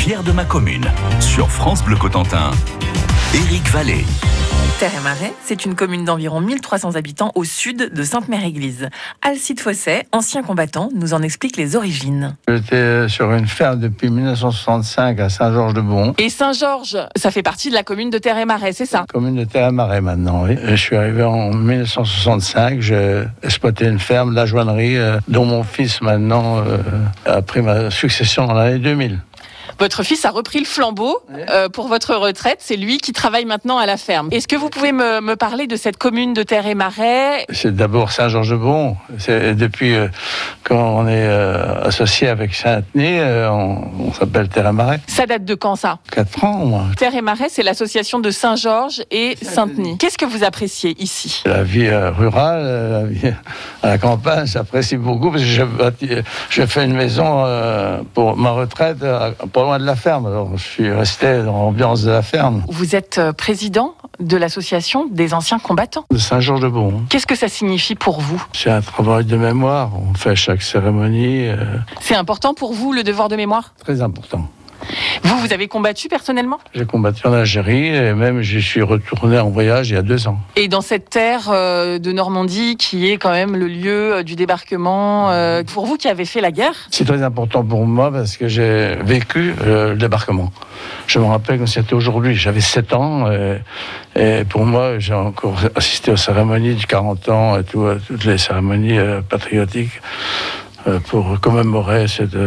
fier de ma commune. Sur France Bleu Cotentin, Éric Vallée. Terre-et-Marais, c'est une commune d'environ 1300 habitants au sud de Sainte-Mère-Église. Alcide Fosset, ancien combattant, nous en explique les origines. J'étais sur une ferme depuis 1965 à Saint-Georges-de-Beaune. Et Saint-Georges, ça fait partie de la commune de Terre-et-Marais, c'est ça? Commune de Terre-et-Marais maintenant, oui. Je suis arrivé en 1965, j'ai exploité une ferme, la joaillerie, dont mon fils maintenant a pris ma succession en l'année 2000. Votre fils a repris le flambeau pour votre retraite. C'est lui qui travaille maintenant à la ferme. Est-ce que vous pouvez me parler de cette commune de Terre-et-Marais? C'est d'abord Saint-Georges-de-Beaune. C'est depuis quand on est associé avec Saint-Denis, on s'appelle Terre-et-Marais. Ça date de quand ça? 4 ans, moi. Terre-et-Marais, c'est l'association de Saint-Georges et Saint-Denis. Qu'est-ce que vous appréciez ici? La vie rurale, la vie à la campagne, j'apprécie beaucoup parce que j'ai fait une maison pour ma retraite pas loin de la ferme. Alors, je suis resté dans l'ambiance de la ferme. Vous êtes président de l'association des anciens combattants de Saint-Georges-de-Beaune. Qu'est-ce que ça signifie pour vous? C'est un travail de mémoire. On fait chaque cérémonie. C'est important pour vous, le devoir de mémoire? Très important. Vous avez combattu personnellement? J'ai combattu en Algérie et même j'y suis retourné en voyage il y a 2 ans. Et dans cette terre de Normandie qui est quand même le lieu du débarquement, pour vous qui avez fait la guerre? C'est très important pour moi parce que j'ai vécu le débarquement. Je me rappelle que c'était aujourd'hui, j'avais 7 ans et pour moi j'ai encore assisté aux cérémonies du 40 ans et toutes les cérémonies patriotiques pour commémorer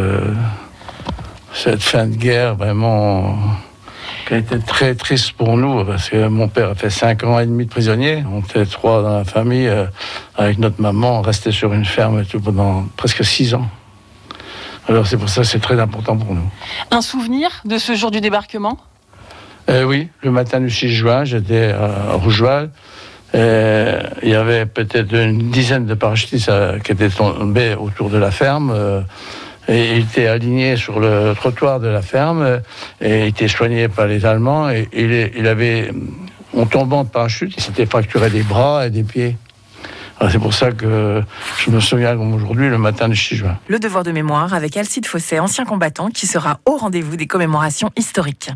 cette fin de guerre vraiment qui a été très triste pour nous parce que mon père a fait 5 ans et demi de prisonnier. On était 3 dans la famille avec notre maman, on restait sur une ferme et tout pendant presque 6 ans. Alors c'est pour ça que c'est très important pour nous. Un souvenir de ce jour du débarquement? Oui, le matin du 6 juin, j'étais à Rougeval. Il y avait peut-être une dizaine de parachutistes qui étaient tombés autour de la ferme. Et il était aligné sur le trottoir de la ferme et il était soigné par les Allemands et il avait, en tombant de parachute, il s'était fracturé des bras et des pieds. Alors c'est pour ça que je me souviens comme aujourd'hui, le matin du 6 juin. Le devoir de mémoire avec Alcide Fosset, ancien combattant, qui sera au rendez-vous des commémorations historiques.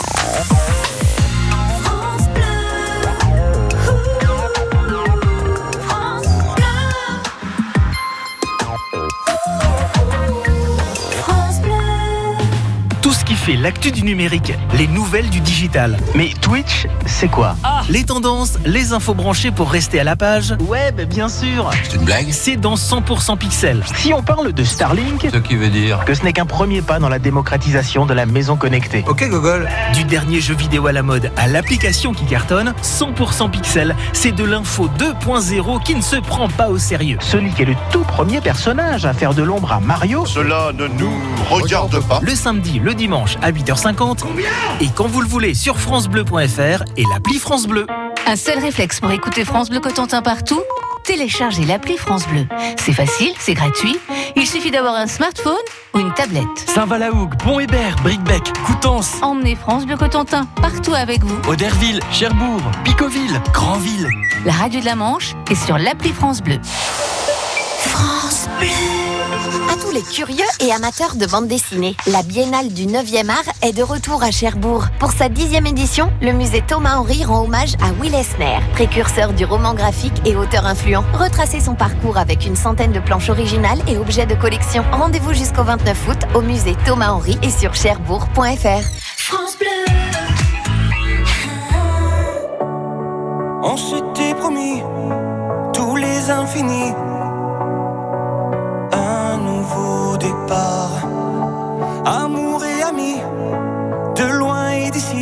L'actu du numérique, les nouvelles du digital. Mais Twitch, c'est quoi? Les tendances, les infos branchées pour rester à la page. Web, bien sûr. C'est une blague? C'est dans 100% pixels. Si on parle de Starlink, ce qui veut dire que ce n'est qu'un premier pas dans la démocratisation de la maison connectée. Ok Google. Du dernier jeu vidéo à la mode à l'application qui cartonne, 100% pixels, c'est de l'info 2.0 qui ne se prend pas au sérieux. Sonic est le tout premier personnage à faire de l'ombre à Mario. Cela ne nous regarde pas. Le samedi, le dimanche à 8h50 et quand vous le voulez sur francebleu.fr et l'appli France Bleu. Un seul réflexe pour écouter France Bleu Cotentin partout, téléchargez l'appli France Bleu. C'est facile, c'est gratuit, il suffit d'avoir un smartphone ou une tablette. Saint-Valahougue, Pont-Hébert, Bricbec, Coutances. Emmenez France Bleu Cotentin partout avec vous. Auderville, Cherbourg, Picauville, Granville. La radio de la Manche est sur l'appli France Bleu. France Bleu. À tous les curieux et amateurs de bande dessinée, la Biennale du 9e art est de retour à Cherbourg. Pour sa 10e édition, le musée Thomas-Henry rend hommage à Will Eisner, précurseur du roman graphique et auteur influent. Retracez son parcours avec une centaine de planches originales et objets de collection. Rendez-vous jusqu'au 29 août au musée Thomas-Henry et sur cherbourg.fr. France Bleu. On s'était promis tous les infinis. Départ, amour et amis, de loin et d'ici.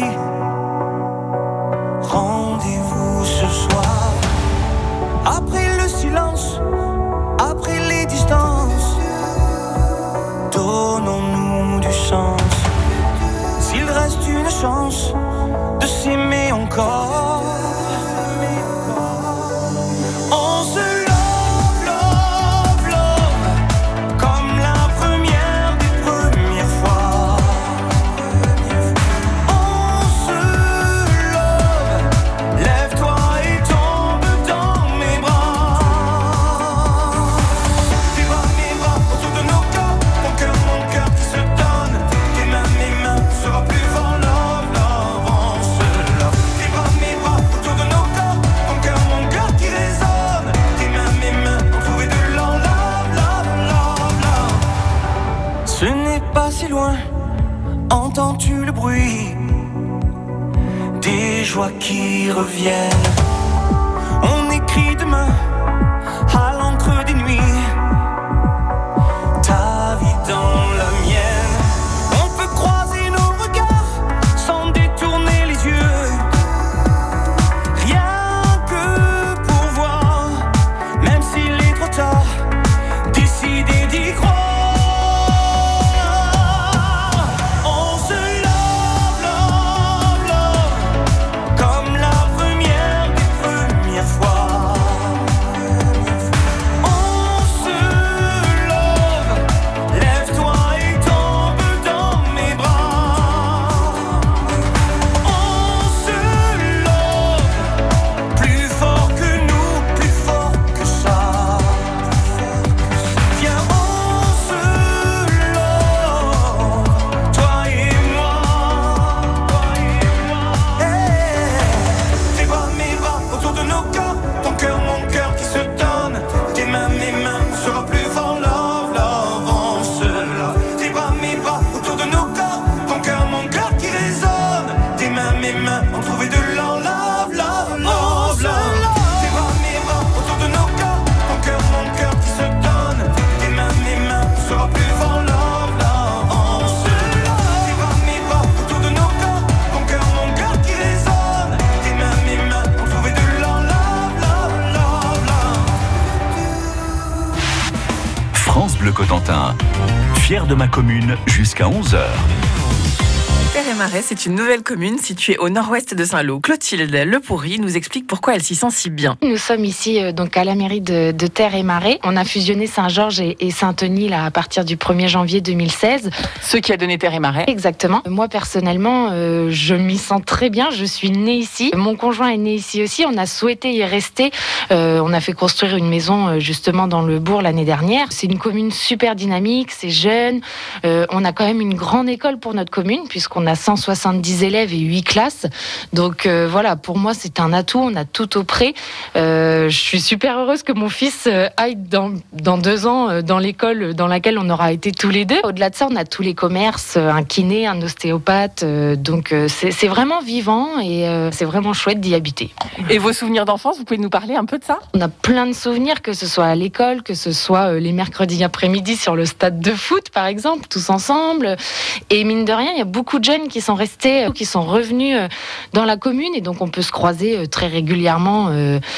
Rendez-vous ce soir, après le silence, après les distances. Donnons-nous du sens, s'il reste une chance de s'aimer encore. On se Entends-tu le bruit des joies qui reviennent? On écrit demain à l'encre des nuits ta vie dans la mienne. On peut croiser nos regards sans détourner les yeux, rien que pour voir, même s'il est trop tard, décider d'y croire. On se love, love, love, comme la première des premières fois. On se love, lève-toi et tombe dans mes bras. On se love, plus fort que nous, plus fort que ça. Viens, on se love, toi et moi, Tes bras, mes bras, autour de nos corps, ton cœur, mon cœur qui se donne. Tes mains, mes mains, on sera plus fort, love, love, on se love. Tes bras, mes bras, autour de nos corps, ton cœur, mon cœur qui résonne. Tes mains, mes mains, ont trouvé de l'or, love, love, love, love. Tes bras, mes bras, autour de nos corps, ton cœur, mon cœur qui se donne. Tes mains, mes mains, on sera plus fort, love, love, on se love. Tes bras, mes bras, autour de nos corps, ton cœur, mon cœur qui résonne. Tes mains, mes mains, ont trouvé de l'or, love, love, love, love. France Bleu Cotentin. Fier de ma commune jusqu'à 11h. Terre-et-Marais, c'est une nouvelle commune située au nord-ouest de Saint-Lô. Clotilde Lepoury nous explique pourquoi elle s'y sent si bien. Nous sommes ici donc à la mairie de Terre-et-Marais. On a fusionné Saint-Georges et Saint-Denis là, à partir du 1er janvier 2016. Ce qui a donné Terre-et-Marais. Exactement. Moi personnellement, je m'y sens très bien. Je suis née ici. Mon conjoint est né ici aussi. On a souhaité y rester. On a fait construire une maison justement dans le bourg l'année dernière. C'est une commune super dynamique, c'est jeune. On a quand même une grande école pour notre commune puisqu'on a 170 élèves et 8 classes. Donc voilà, pour moi c'est un atout. On a tout auprès. Je suis super heureuse que mon fils aille dans 2 ans dans l'école dans laquelle on aura été tous les deux. Au-delà de ça, on a tous les commerces, un kiné, un ostéopathe. Donc c'est vraiment vivant et c'est vraiment chouette d'y habiter. Et vos souvenirs d'enfance, vous pouvez nous parler un peu de ça? On a plein de souvenirs, que ce soit à l'école, que ce soit les mercredis après-midi sur le stade de foot, par exemple, tous ensemble. Et mine de rien, il y a beaucoup de jeunes qui sont restés, qui sont revenus dans la commune. Et donc, on peut se croiser très régulièrement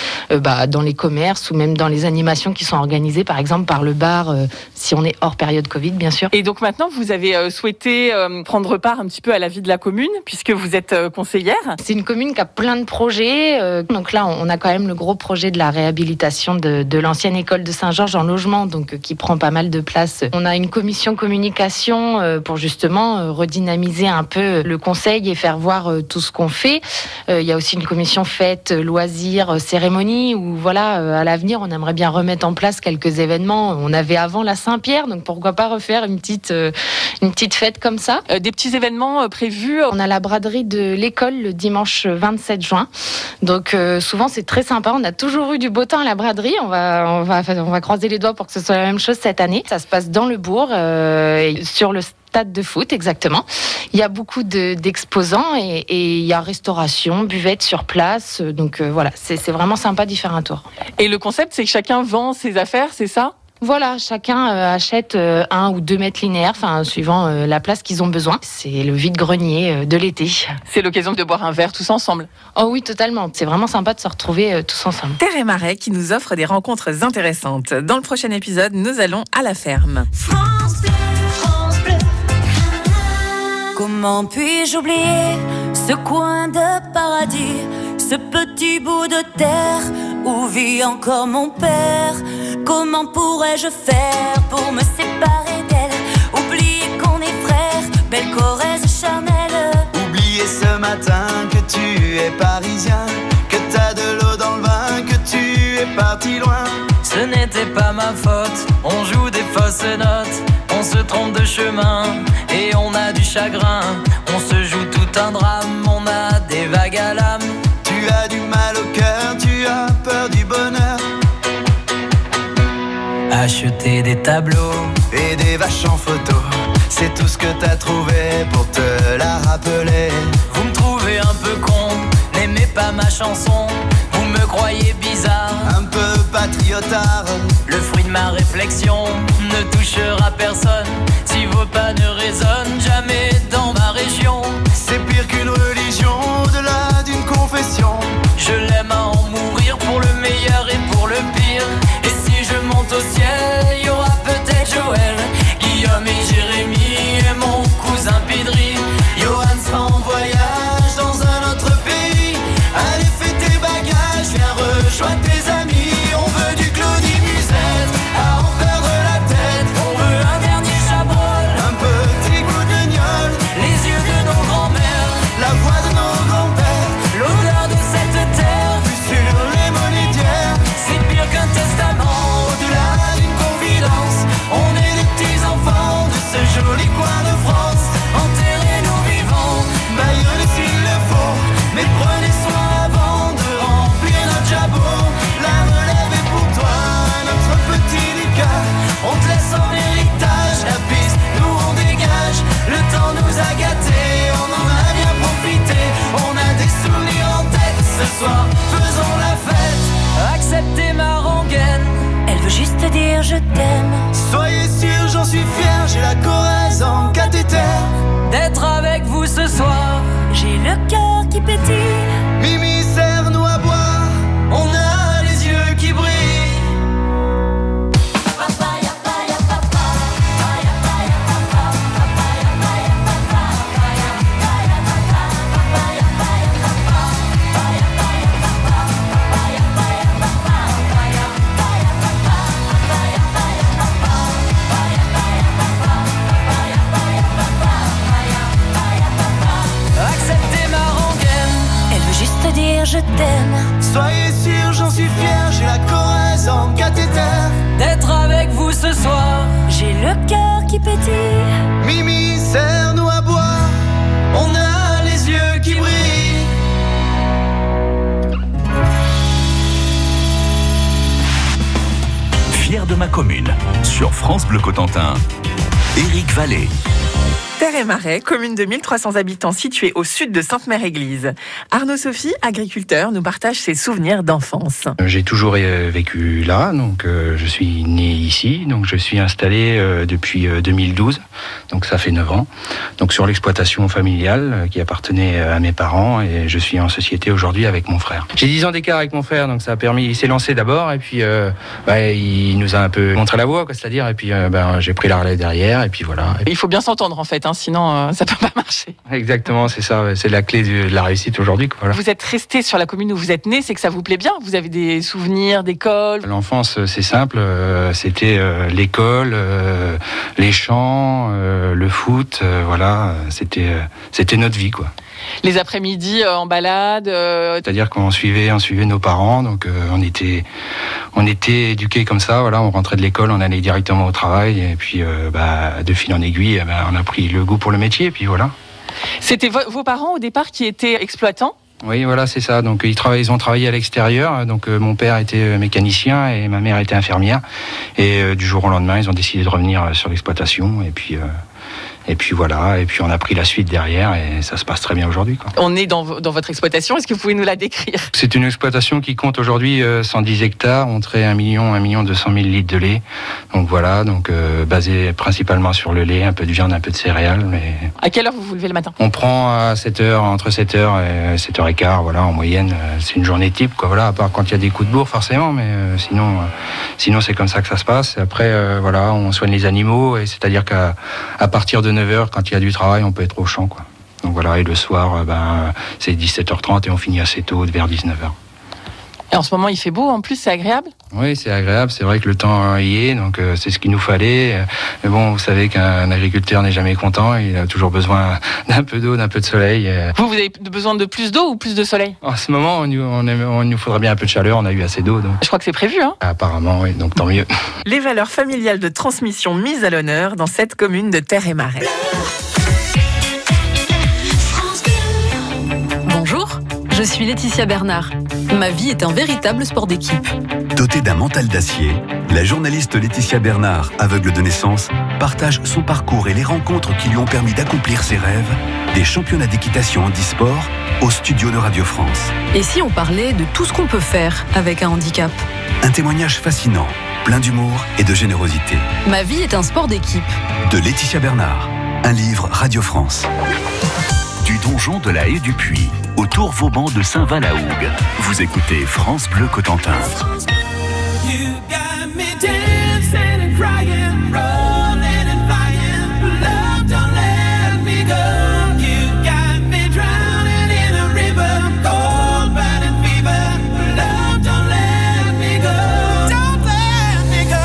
dans les commerces ou même dans les animations qui sont organisées, par exemple, par le bar, si on est hors période Covid, bien sûr. Et donc, maintenant, vous avez souhaité prendre part un petit peu à la vie de la commune, puisque vous êtes conseillère. C'est une commune qui a plein de projets. Donc là, on a quand même le gros projet de la réhabilitation de l'ancienne école de Saint-Georges en logement, donc qui prend pas mal de place. On a une commission communication pour justement redynamiser un peu le conseil et faire voir tout ce qu'on fait. Il y a aussi une commission fête, loisirs, cérémonies, où voilà, à l'avenir, on aimerait bien remettre en place quelques événements. On avait avant la Saint-Pierre, donc pourquoi pas refaire une petite fête comme ça. Des petits événements prévus. On a la braderie de l'école le dimanche 27 juin. Donc souvent c'est très sympa. On a toujours eu du beau temps à la braderie. On va croiser les doigts pour que ce soit la même chose cette année. Ça se passe dans le bourg, sur le stade de foot, exactement. Il y a beaucoup d'exposants et il y a restauration, buvette sur place. Donc voilà, c'est vraiment sympa d'y faire un tour. Et le concept, c'est que chacun vend ses affaires, c'est ça ? Voilà, chacun achète 1 ou 2 mètres linéaires, suivant la place qu'ils ont besoin. C'est le vide-grenier de l'été. C'est l'occasion de boire un verre tous ensemble. Oh oui, totalement. C'est vraiment sympa de se retrouver tous ensemble. Terre-et-Marais qui nous offre des rencontres intéressantes. Dans le prochain épisode, nous allons à la ferme. France Bleu, France Bleu. Comment puis-je oublier ce coin de paradis, ce petit bout de terre où vit encore mon père? Comment pourrais-je faire pour me séparer d'elle? Oublier qu'on est frères, belle Corrèze charnelle. Oublier ce matin que tu es parisien, que t'as de l'eau dans le vin, que tu es parti loin. Ce n'était pas ma faute, on joue des fausses notes, on se trompe de chemin et on a du chagrin. On se joue tout un drame, on a des vagues à l'âme. Tu as du mal au cœur, tu as peur du bonheur. Acheter des tableaux et des vaches en photo, c'est tout ce que t'as trouvé pour te la rappeler. Vous me trouvez un peu con, n'aimez pas ma chanson. Vous me croyez bizarre, un peu patriotard. Le fruit de ma réflexion ne touchera personne si vos pas ne résonnent jamais dans ma région. C'est pire qu'une religion, au-delà d'une confession. Je l'aime à en mourir pour le meilleur et pour le pire. Et si je monte au ciel, il y aura peut-être Joël, Guillaume et Jérémy et mon cousin Pidri. Johan sera en voyage dans un autre pays. Allez, fais tes bagages, viens rejoindre tes amis. On veut du Claudie Musette à en perdre la tête. On veut un dernier Chabrol, un petit coup de gnôle, les yeux de nos grands-mères, la voix de nos grands-pères, l'odeur de cette terre vue sur les monédières. C'est pire qu'un testament, au-delà d'une confidence. On est les petits enfants de ce joli coin de France. enterrez-nous vivants, Baillonnez s'il le faut, mais prenez soin avant de remplir notre jabot. La relève est pour toi, notre petit Lucas. on te laisse en héritage la piste, nous on dégage. Le temps nous a gâtés, on en a bien profité. On a des souvenirs en tête, ce soir faisons la fête. Acceptez ma rengaine, elle veut juste te dire je t'aime. Soyez sûr, j'en suis fier, j'ai la Corrèze en cathéter. D'être avec vous ce soir, J'ai le cœur qui pétille. Mimi, serre-nous à boire, on a les yeux qui brillent. Acceptez ma rengaine, Elle veut juste te dire je t'aime. soyez sûr, j'en suis fier, j'ai la Corrèze en cathéter. d'être avec vous ce soir. J'ai le cœur qui pétille. Mimi, serre-nous à boire, On a les yeux qui brillent. Fier de ma commune. Sur France Bleu Cotentin. Éric Vallée. Terre-et-Marais, commune de 1300 habitants située au sud de Sainte-Mère-Église. Arnaud Sophie, agriculteur, nous partage ses souvenirs d'enfance. J'ai toujours vécu là, donc je suis né ici, donc je suis installé depuis 2012, donc ça fait 9 ans. Donc sur l'exploitation familiale qui appartenait à mes parents et je suis en société aujourd'hui avec mon frère. J'ai 10 ans d'écart avec mon frère, donc ça a permis, il s'est lancé d'abord et puis il nous a un peu montré la voie, c'est-à-dire, et puis j'ai pris la relève derrière et puis voilà. Il faut bien s'entendre en fait, hein, sinon ça peut pas marcher. Exactement, c'est ça, c'est la clé de la réussite aujourd'hui. Voilà. Vous êtes resté sur la commune où vous êtes né, c'est que ça vous plaît bien. Vous avez des souvenirs d'école. L'enfance, c'est simple, c'était l'école, les champs, le foot, voilà, c'était notre vie, quoi. Les après-midi en balade. C'est-à-dire qu'on suivait nos parents, donc on était éduqués comme ça, voilà, on rentrait de l'école, on allait directement au travail, et puis de fil en aiguille, on a pris le goût pour le métier, et puis voilà. C'était vos parents au départ qui étaient exploitants ? Oui, voilà, c'est ça. Donc ils ont travaillé à l'extérieur. Donc mon père était mécanicien et ma mère était infirmière. Et du jour au lendemain, ils ont décidé de revenir sur l'exploitation. Et puis voilà. Et puis on a pris la suite derrière et ça se passe très bien aujourd'hui, quoi. On est dans votre exploitation. Est-ce que vous pouvez nous la décrire ? C'est une exploitation qui compte aujourd'hui 110 hectares. On traite 1 200 000 litres de lait. Donc voilà, basé principalement sur le lait, un peu de viande, un peu de céréales. Mais... À quelle heure vous vous levez le matin ? On prend à 7h, entre 7h et 7h15, voilà, en moyenne. C'est une journée type, quoi, voilà, à part quand il y a des coups de bourre, forcément, mais sinon c'est comme ça que ça se passe. Et après, voilà, on soigne les animaux, et c'est-à-dire qu'à partir de 9h, quand il y a du travail, on peut être au champ, quoi. Donc voilà, et le soir, c'est 17h30 et on finit assez tôt, vers 19h. Et en ce moment, il fait beau, en plus, c'est agréable ? Oui, c'est agréable, c'est vrai que le temps y est, donc c'est ce qu'il nous fallait. Mais bon, vous savez qu'un agriculteur n'est jamais content, il a toujours besoin d'un peu d'eau, d'un peu de soleil. Vous avez besoin de plus d'eau ou plus de soleil ? En ce moment, on nous faudrait bien un peu de chaleur, on a eu assez d'eau. Donc... Je crois que c'est prévu, hein ? Apparemment, oui, donc tant mieux. Les valeurs familiales de transmission mises à l'honneur dans cette commune de Terre-et-Marais. Bonjour, je suis Laetitia Bernard. Ma vie est un véritable sport d'équipe. Doté d'un mental d'acier, La journaliste Laetitia Bernard, aveugle de naissance, partage son parcours et les rencontres qui lui ont permis d'accomplir ses rêves, des championnats d'équitation handisport au studio de Radio France. Et si on parlait de tout ce qu'on peut faire avec un handicap? Un témoignage fascinant, plein d'humour et de générosité. Ma vie est un sport d'équipe. De Laetitia Bernard, un livre Radio France. Du donjon de la Haie du Puy au Tour Vauban de Saint-Vin-la-Hougue. Vous écoutez France Bleu Cotentin. You got me dancing and crying, rolling and flying. Love, don't let me go. You got me drowning in a river, cold burning fever. Love, don't let me go. Don't let me go.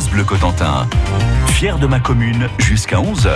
France Bleu Cotentin. Fier de ma commune jusqu'à 11h.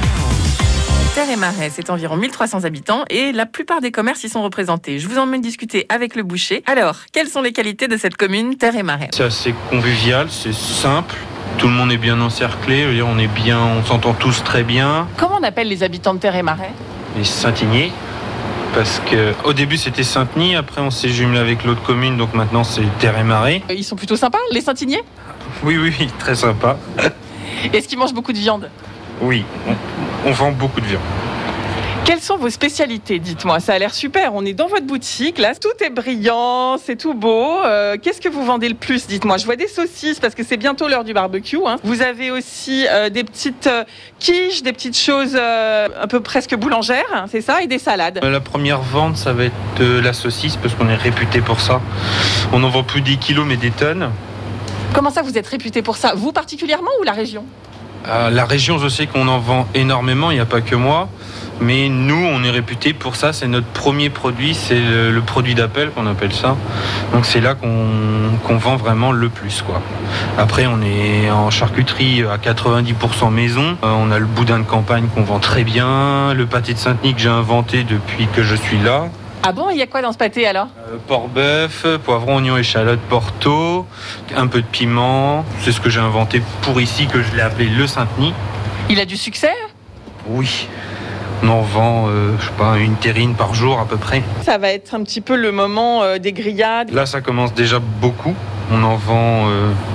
Terre et Marais, c'est environ 1300 habitants et la plupart des commerces y sont représentés. Je vous emmène discuter avec le boucher. Alors, quelles sont les qualités de cette commune Terre et Marais? C'est assez convivial, c'est simple. Tout le monde est bien encerclé, je veux dire, on s'entend tous très bien. Comment on appelle les habitants de Terre et Marais? Les Saint-Igniers, parce qu'au début c'était Saint-Denis, après on s'est jumelé avec l'autre commune, donc maintenant c'est Terre et Marais. Ils sont plutôt sympas, les Saint-Igniers? Oui, très sympa. Est-ce qu'ils mangent beaucoup de viande? Oui, on vend beaucoup de viande. Quelles sont vos spécialités? Dites-moi, ça a l'air super. On est dans votre boutique, là, tout est brillant, c'est tout beau. Qu'est-ce que vous vendez le plus? Dites-moi. Je vois des saucisses parce que c'est bientôt l'heure du barbecue. Hein. Vous avez aussi des petites quiches, des petites choses un peu presque boulangères, hein, c'est ça, et des salades. La première vente, ça va être la saucisse parce qu'on est réputé pour ça. On n'en vend plus des kilos, mais des tonnes. Comment ça, vous êtes réputé pour ça? Vous particulièrement ou la région? La région, je sais qu'on en vend énormément, il n'y a pas que moi. Mais nous, on est réputé pour ça. C'est notre premier produit, c'est le produit d'appel qu'on appelle ça. Donc c'est là qu'on vend vraiment le plus, quoi. Après, on est en charcuterie à 90% maison. On a le boudin de campagne qu'on vend très bien. Le pâté de Saint-Denis que j'ai inventé depuis que je suis là. Ah bon, il y a quoi dans ce pâté alors? Porc-bœuf, poivron, oignon, échalote, porto, un peu de piment. C'est ce que j'ai inventé pour ici, que je l'ai appelé le Saint-Denis. Il a du succès? Oui. On en vend, je sais pas, une terrine par jour à peu près. Ça va être un petit peu le moment des grillades. Là, ça commence déjà beaucoup. On en vend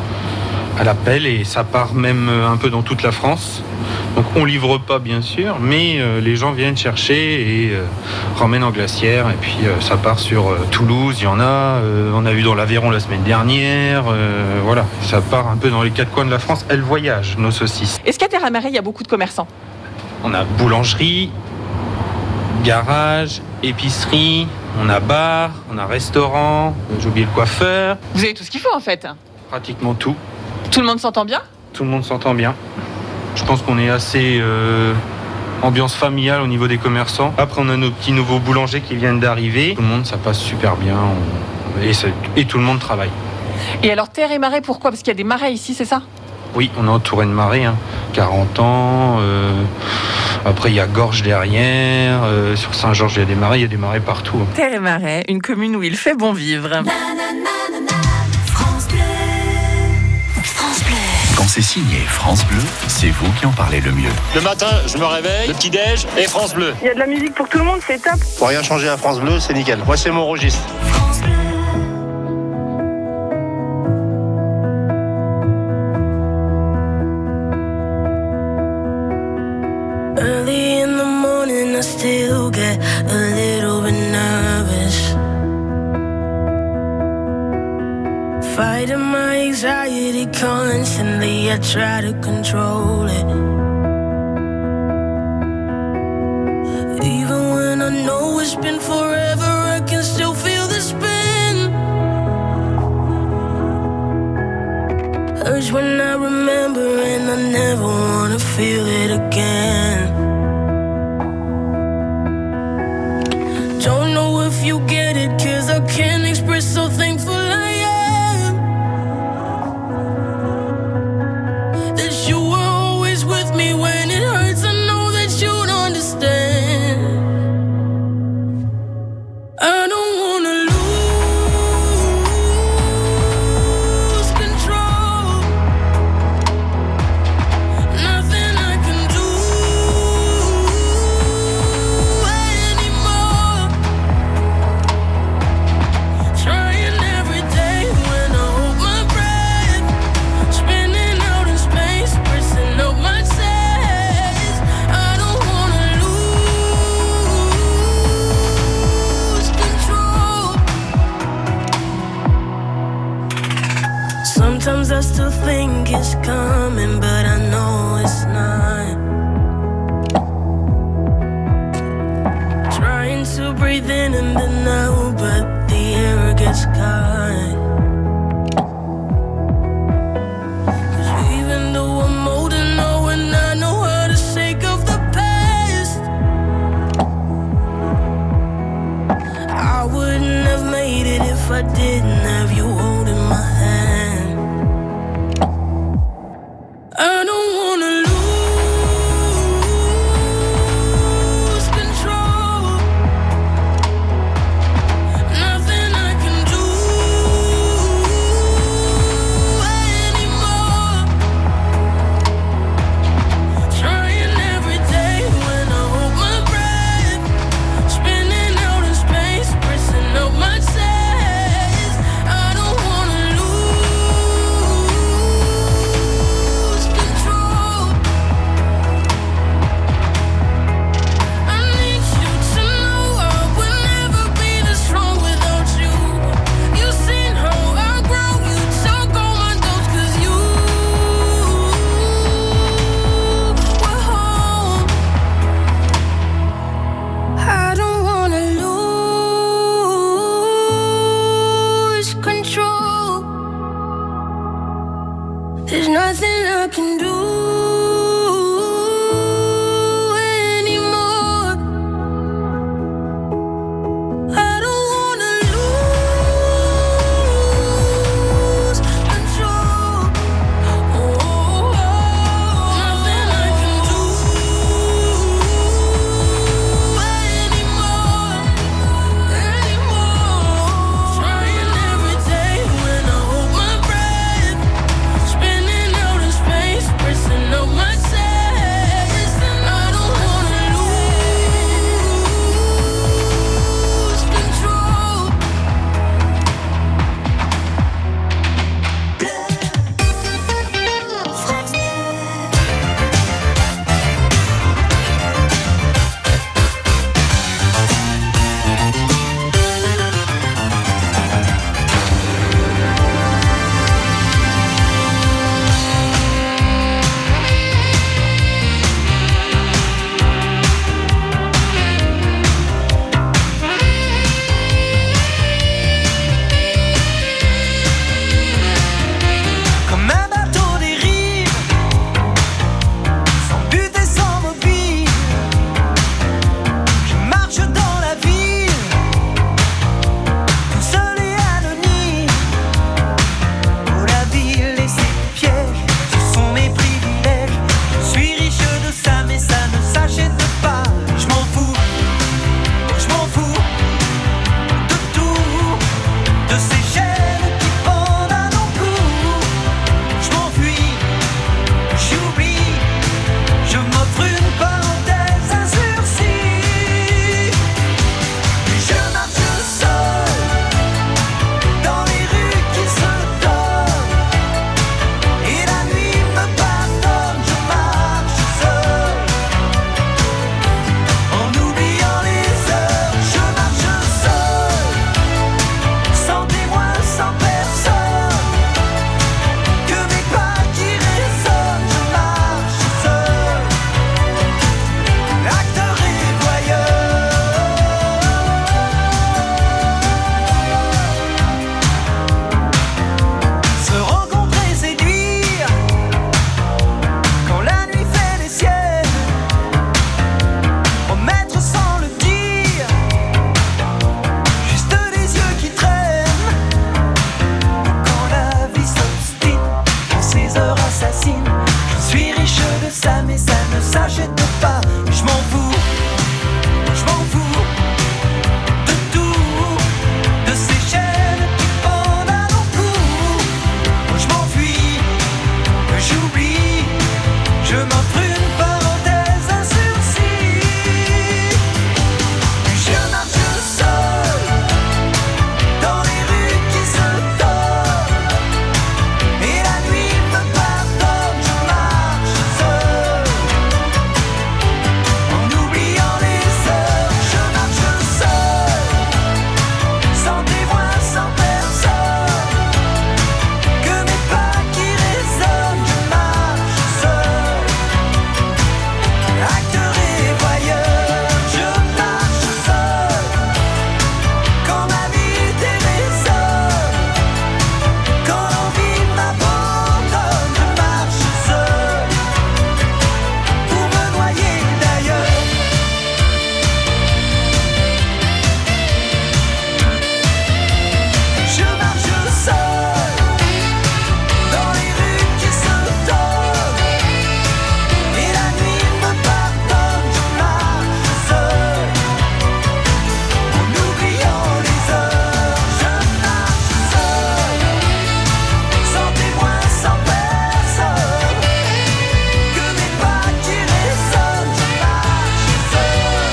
à l'appel et ça part même un peu dans toute la France. Donc on livre pas bien sûr, mais les gens viennent chercher et ramènent en glacière. Et puis ça part sur Toulouse, il y en a. On a vu dans l'Aveyron la semaine dernière. Voilà, ça part un peu dans les quatre coins de la France. Elles voyagent, nos saucisses. Est-ce qu'à Terre et Marais, il y a beaucoup de commerçants? On a boulangerie, garage, épicerie, on a bar, on a restaurant, j'ai oublié le coiffeur. Vous avez tout ce qu'il faut en fait? Pratiquement tout. Tout le monde s'entend bien? Tout le monde s'entend bien. Je pense qu'on est assez ambiance familiale au niveau des commerçants. Après, on a nos petits nouveaux boulangers qui viennent d'arriver. Tout le monde, ça passe super bien et tout le monde travaille. Et alors Terre et Marais, pourquoi? Parce qu'il y a des marais ici, c'est ça? Oui, on est entouré de marais, 40 ans. Après, il y a Gorge derrière. Sur Saint-Georges, il y a des marais partout. Terre et Marais, une commune où il fait bon vivre. France Bleu. Quand c'est signé France Bleu, c'est vous qui en parlez le mieux. Le matin, je me réveille, le petit-déj et France Bleu. Il y a de la musique pour tout le monde, c'est top. Pour rien changer à France Bleu, c'est nickel. Moi, c'est mon registre. France Bleu. Early in the morning, I still get a little bit nervous. Fighting my anxiety constantly, I try to control it. Even when I know it's been forever, I can still feel the spin. Urge when I remember and I never wanna feel it again. Don't know if you get it, 'cause I can't express so thankful I am that you were always with me when it hurts. I know that you'd understand. I don't wanna lose control. Nothing I can do anymore. Trying every day when I hold my breath, spinning out in space, pressing up my chest. I don't wanna lose control. Sometimes I still think it's coming, but I know it's not. Trying to breathe in and then out, but the air gets caught. 'Cause even though I'm old and know and I know how to shake off the past, I wouldn't have made it if I didn't have you holding my hand. There's nothing I can do anymore. I don't wanna lose control. Nothing I can do anymore. Trying every day when I hold my breath, spinning out in space, pressing up my chest. I don't wanna lose control. Comme un bateau dérive, sans but et sans mobile, je marche dans la ville, tout seul et anonyme. Oh, la ville et ses pièges, ce sont mes privilèges. Je suis riche de ça, mais ça ne s'achète pas. Je m'en fous de tout, de ces chaînes qui pendent à nos cous. Je m'enfuis, j'oublie, je m'offre une parenthèse, un sursis. Je marche seul dans les rues qui se donnent, et la nuit me pardonne. Je marche seul en oubliant les heures. Je marche seul, sans témoin, sans personne, que mes pas qui résonnent. Je marche seul, acteur et voyeur. Se rencontrer, séduire, quand la nuit fait les siennes, promettre sans le dire, juste des yeux qui traînent. Quand la vie s'obstine en ces heures assassines, je suis riche de ça, mais ça ne s'achète pas. Je m'en fous de tout, de ces chaînes qui pendent à nos cous. Je m'enfuis, j'oublie, je m'offre une parenthèse, un sursis. Je marche seul dans les rues qui se donnent, et la nuit me pardonne. Je marche seul en oubliant les heures. Je marche seul, sans témoin, sans personne, que mes pas qui résonnent. Je marche seul, acteur et voyeur. Je marche seul, quand ma vie dérésonne, quand l'envie m'abandonne. Je marche seul, pour me noyer d'ailleurs. Je marche seul dans les rues qui se donnent, et la nuit me pardonne. Je marche seul en oubliant les heures. Je marche seul, sans témoin, sans personne, que mes pas qui résonnent. Je marche seul,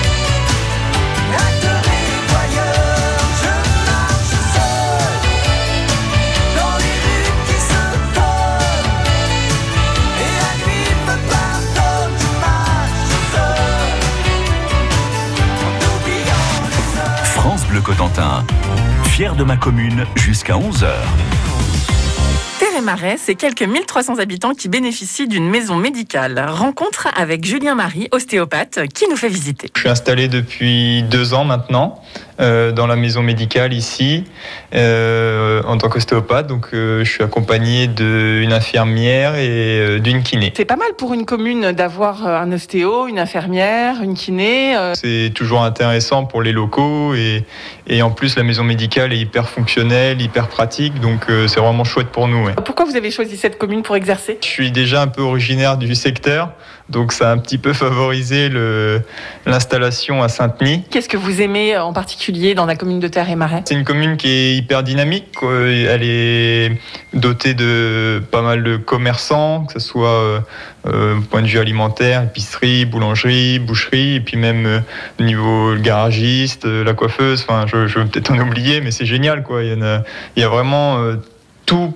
acteur et voyeur. Je marche seul dans les rues qui se donnent, et la nuit me pardonne. Je marche seul en oubliant les heures. France Bleu Cotentin. Fier de ma commune jusqu'à 11h. Terre-et-Marais, c'est quelques 1300 habitants qui bénéficient d'une maison médicale. Rencontre avec Julien Marie, ostéopathe, qui nous fait visiter. Je suis installé depuis 2 ans maintenant. dans la maison médicale ici en tant qu'ostéopathe. Donc je suis accompagné d'une infirmière et d'une kiné. C'est pas mal pour une commune d'avoir un ostéo, une infirmière, une kiné. C'est toujours intéressant pour les locaux et en plus la maison médicale est hyper fonctionnelle, hyper pratique, donc c'est vraiment chouette pour nous. Ouais. Pourquoi vous avez choisi cette commune pour exercer ? Je suis déjà un peu originaire du secteur, donc ça a un petit peu favorisé l'installation à Saint-Denis. Qu'est-ce que vous aimez en particulier dans la commune de Terre-et-Marais ? C'est une commune qui est hyper dynamique, quoi. Elle est dotée de pas mal de commerçants, que ce soit point de vue alimentaire, épicerie, boulangerie, boucherie, et puis même au niveau garagiste, la coiffeuse, enfin je vais peut-être en oublier, mais c'est génial, quoi. Il y a vraiment tout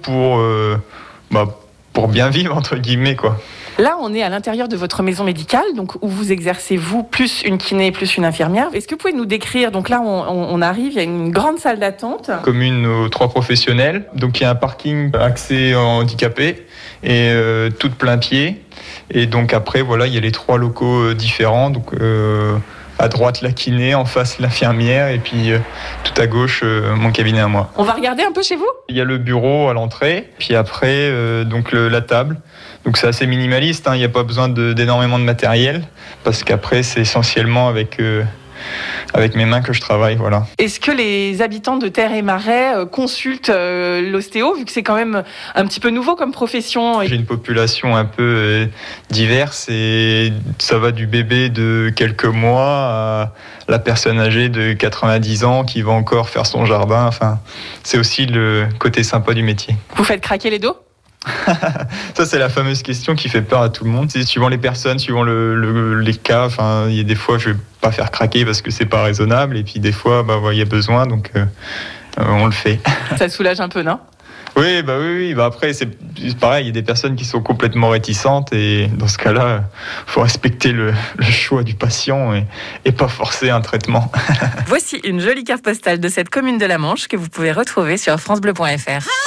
pour bien vivre, entre guillemets, quoi. Là, on est à l'intérieur de votre maison médicale, donc où vous exercez, vous, plus une kiné, plus une infirmière. Est-ce que vous pouvez nous décrire, donc là, on arrive, il y a une grande salle d'attente. Commune aux 3 professionnels, donc il y a un parking accès handicapés et tout de plein pied. Et donc après, voilà, il y a les 3 locaux différents, donc à droite la kiné, en face l'infirmière et puis tout à gauche mon cabinet à moi. On va regarder un peu chez vous ? Il y a le bureau à l'entrée, puis après donc la table. Donc c'est assez minimaliste, hein, il n'y a pas besoin d'énormément de matériel parce qu'après c'est essentiellement avec mes mains que je travaille, voilà. Est-ce que les habitants de Terre-et-Marais consultent l'ostéo, vu que c'est quand même un petit peu nouveau comme profession ? J'ai une population un peu diverse et ça va du bébé de quelques mois à la personne âgée de 90 ans qui va encore faire son jardin. Enfin, c'est aussi le côté sympa du métier. Vous faites craquer les dos ? Ça, c'est la fameuse question qui fait peur à tout le monde. C'est suivant les personnes, suivant les cas. Enfin, il y a des fois, je vais pas faire craquer parce que c'est pas raisonnable. Et puis des fois, il y a besoin, donc on le fait. Ça soulage un peu, non ? Oui. Après, c'est pareil. Il y a des personnes qui sont complètement réticentes et dans ce cas-là, faut respecter le choix du patient et pas forcer un traitement. Voici une jolie carte postale de cette commune de la Manche que vous pouvez retrouver sur francebleu.fr.